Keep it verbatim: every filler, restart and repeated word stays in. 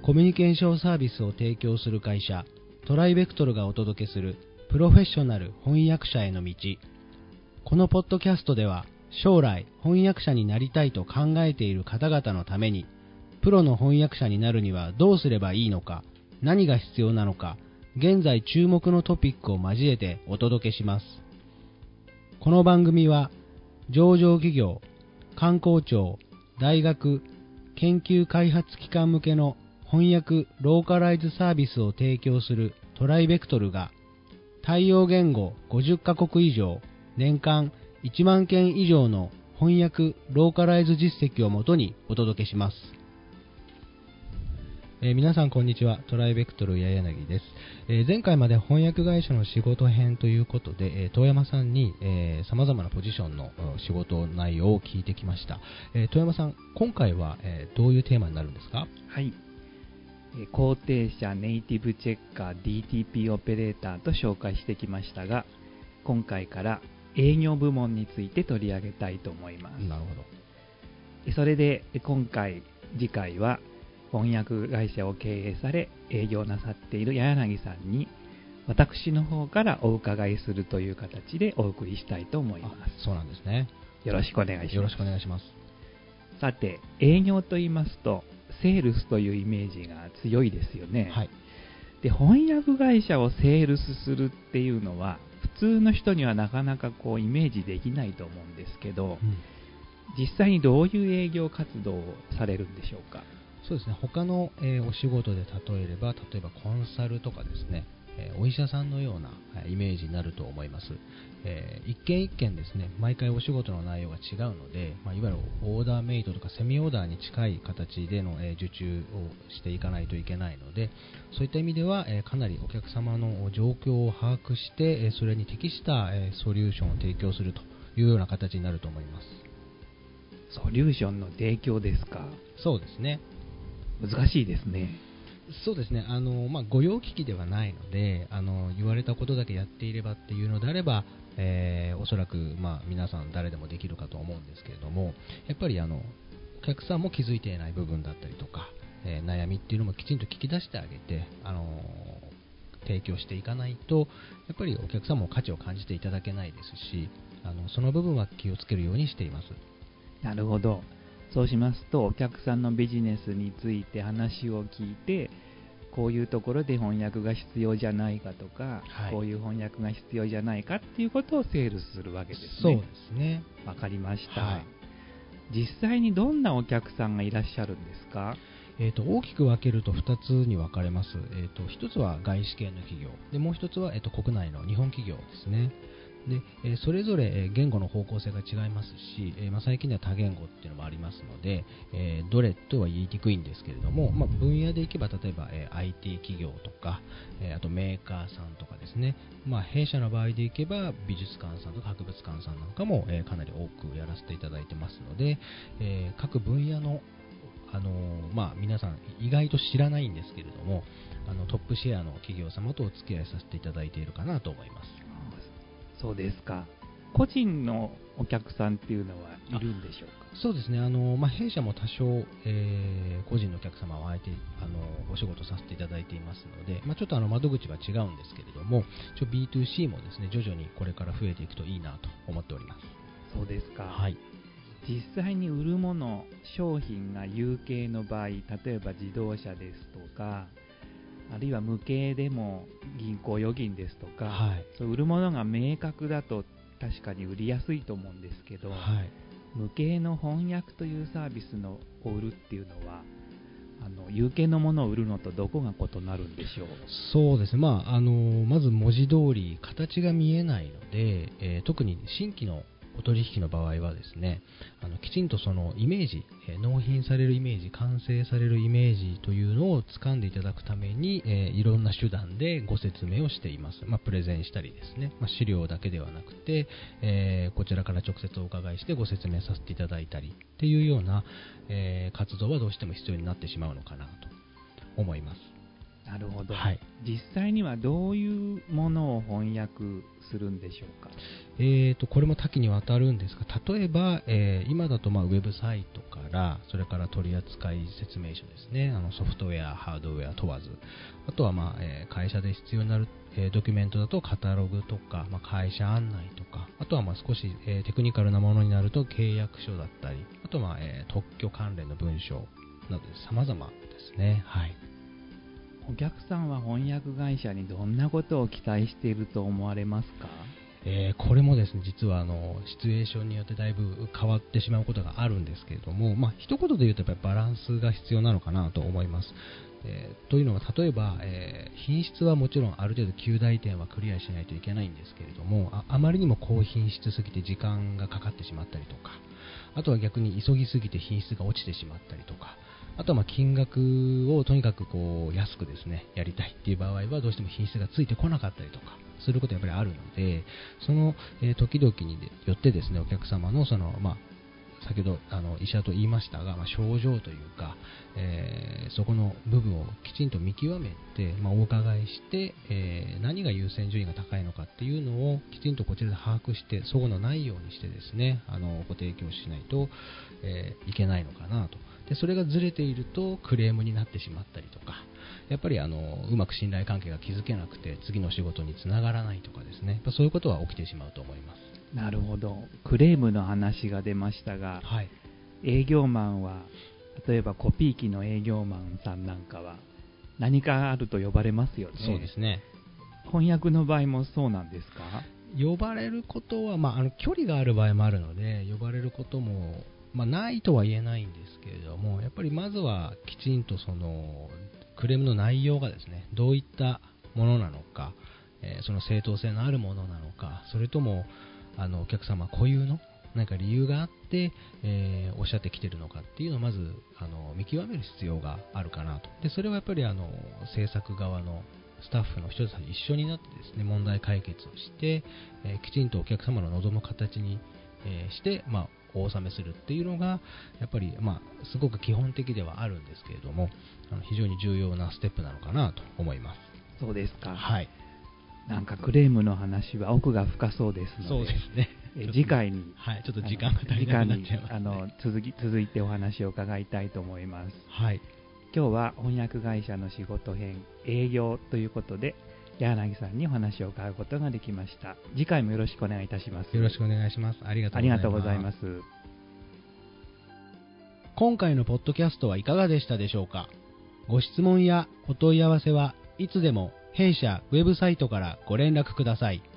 コミュニケーションサービスを提供する会社トライベクトルがお届けするプロフェッショナル翻訳者への道。このポッドキャストでは将来翻訳者になりたいと考えている方々のために、プロの翻訳者になるにはどうすればいいのか、何が必要なのか、現在注目のトピックを交えてお届けします。この番組は上場企業、観光庁、大学、研究開発機関向けの翻訳ローカライズサービスを提供するトライベクトルが、対応言語ごじゅっカ国以上、年間いちまんけん以上の翻訳ローカライズ実績をもとにお届けします。えー、皆さんこんにちは。トライベクトル八重柳です。えー、前回まで翻訳会社の仕事編ということで、えー、遠山さんに、えー、様々なポジションの仕事内容を聞いてきました。えー、遠山さん、今回は、えー、どういうテーマになるんですか？ はい。肯定者、ネイティブチェッカー、ディーティーピー オペレーターと紹介してきましたが、今回から営業部門について取り上げたいと思います。 なるほど。 それで今回、次回は翻訳会社を経営され営業なさっている八柳さんに、私の方からお伺いするという形でお送りしたいと思います。 そうなんですね。 よろしくお願いします。 よろしくお願いします。 さて、営業と言いますとセールスというイメージが強いですよね。 はい。 で、翻訳会社をセールスするっていうのは普通の人にはなかなかこうイメージできないと思うんですけど、うん、実際にどういう営業活動をされるんでしょうか？ そうですね。他の、えー、お仕事で例えれば、例えばコンサルとかですね、えー、お医者さんのようなイメージになると思います。えー、一件一件ですね、毎回お仕事の内容が違うので、まあ、いわゆるオーダーメイドとかセミオーダーに近い形での、えー、受注をしていかないといけないので、そういった意味では、えー、かなりお客様の状況を把握して、えー、それに適した、えー、ソリューションを提供するというような形になると思います。 ソリューションの提供ですか？ そうですね。 難しいですね。 そうですね。あの、まあ、御用聞きではないので、あの言われたことだけやっていればっていうのであれば、えー、おそらく、まあ、皆さん誰でもできるかと思うんですけれども、やっぱりあのお客さんも気づいていない部分だったりとか、えー、悩みっていうのもきちんと聞き出してあげて、あの提供していかないと、やっぱりお客さんも価値を感じていただけないですし、あのその部分は気をつけるようにしています。 なるほど。そうしますと、お客さんのビジネスについて話を聞いて、こういうところで翻訳が必要じゃないかとか、はい、こういう翻訳が必要じゃないかっていうことをセールスするわけですね。 そうですね。 わかりました、はい。実際にどんなお客さんがいらっしゃるんですか？ えー、と大きく分けるとふたつに分かれます。えー、とひとつは外資系の企業で、もうひとつは、えー、と国内の日本企業ですね。で、えー、それぞれ言語の方向性が違いますし、えーまあ、最近では多言語っていうのもありますので、えー、どれとは言いにくいんですけれども、まあ、分野でいけば例えば、えー、アイティー 企業とか、えー、あとメーカーさんとかですね、まあ、弊社の場合でいけば美術館さんとか博物館さんなんかも、えー、かなり多くやらせていただいてますので、えー、各分野のあのーまあ、皆さん意外と知らないんですけれども、あのトップシェアの企業様とお付き合いさせていただいているかなと思います。 そうですか。個人のお客さんっていうのはいるんでしょうか？ そうですね。あの、まあ、弊社も多少、えー、個人のお客様を相手あのお仕事させていただいていますので、まあ、ちょっとあの窓口は違うんですけれども、ちょ ビーツーシー もですね、徐々にこれから増えていくといいなと思っております。 そうですか。 はい。 実際に売るもの、商品が有形の場合、例えば自動車ですとか、あるいは無形でも銀行預金ですとか、はい、そう売るものが明確だと確かに売りやすいと思うんですけど、はい、無形の翻訳というサービスのを売るっていうのは、あの有形のものを売るのとどこが異なるんでしょう？ そうですね、まあ、あのまず文字通り形が見えないので、えー、特に新規のお取引の場合はですね、あのきちんとそのイメージ、えー、納品されるイメージ、完成されるイメージというのを掴んでいただくために、えー、いろんな手段でご説明をしています。まあ、プレゼンしたりですね、まあ、資料だけではなくて、えー、こちらから直接お伺いしてご説明させていただいたりっていうような、えー、活動はどうしても必要になってしまうのかなと思います。 なるほど、 はい、 実際にはどういうものを翻訳するんでしょうか。 えーとこれも多岐にわたるんですが、例えば、えー今だとまあウェブサイトから、それから取扱説明書ですね、あのソフトウェア、ハードウェア問わず、あとは、まあえー会社で必要になる、えードキュメントだとカタログとか、まあ、会社案内とか、あとはまあ少し、えーテクニカルなものになると契約書だったり、あとは、まあえー特許関連の文章など様々ですね。はい。 お客さんは翻訳会社にどんなことを期待していると思われますか？ えーこれもですね、実はあのシチュエーションによってだいぶ変わってしまうことがあるんですけれども、まあ一言で言うとやっぱりバランスが必要なのかなと思います。えーというのは、例えば、えー品質はもちろんある程度きゅう大点はクリアしないといけないんですけれども、あ、あまりにも高品質すぎて時間がかかってしまったりとか、あとは逆に急ぎすぎて品質が落ちてしまったりとか、あとはまあ金額をとにかくこう安くですねやりたいっていう場合はどうしても品質がついてこなかったりとかすることがやっぱりあるので、その、えー時々によってですね、お客様のその、まあ先ほどあの医者と言いましたが、まあ、症状というか、えーそこの部分をきちんと見極めて、まあ、お伺いして、えー何が優先順位が高いのかっていうのをきちんとこちらで把握して、齟齬のないようにしてですね、あのご提供しないと、えーいけないのかなと。でそれがずれているとクレームになってしまったりとか、やっぱりあのうまく信頼関係が築けなくて次の仕事につながらないとかですね、そういうことは起きてしまうと思います。 なるほど。クレームの話が出ましたが、 はい、 営業マンは、例えばコピー機の営業マンさんなんかは何かあると呼ばれますよね。 そうですね。 翻訳の場合もそうなんですか？ 呼ばれることは、まあ、あの距離がある場合もあるので呼ばれることも、まあ、ないとは言えないんですけれども、やっぱりまずはきちんとそのクレームの内容がですね、どういったものなのか、えーその正当性のあるものなのか、それともあのお客様固有の何か理由があって、えーおっしゃってきているのかっていうのをまずあの見極める必要があるかなと。でそれはやっぱりあの制作側のスタッフの人たち一緒になってですね、問題解決をして、えーきちんとお客様の望む形に、えーして、まあ、お納めするっていうのがやっぱり、まあ、すごく基本的ではあるんですけれども、あの非常に重要なステップなのかなと思います。 そうですか。 はい。 なんかクレームの話は奥が深そうですので、 そうですね。 え次回に、 はい、ちょっと時間が足りなくなっちゃいます、ね、 あの続き続いてお話を伺いたいと思います。 はい。 今日は翻訳会社の仕事編営業ということで柳さんにお話を伺うことができました。次回もよろしくお願いいたします。 よろしくお願いします。ありがとうございます。 ありがとうございます。 今回のポッドキャストはいかがでしたでしょうか。ご質問やお問い合わせはいつでも弊社ウェブサイトからご連絡ください。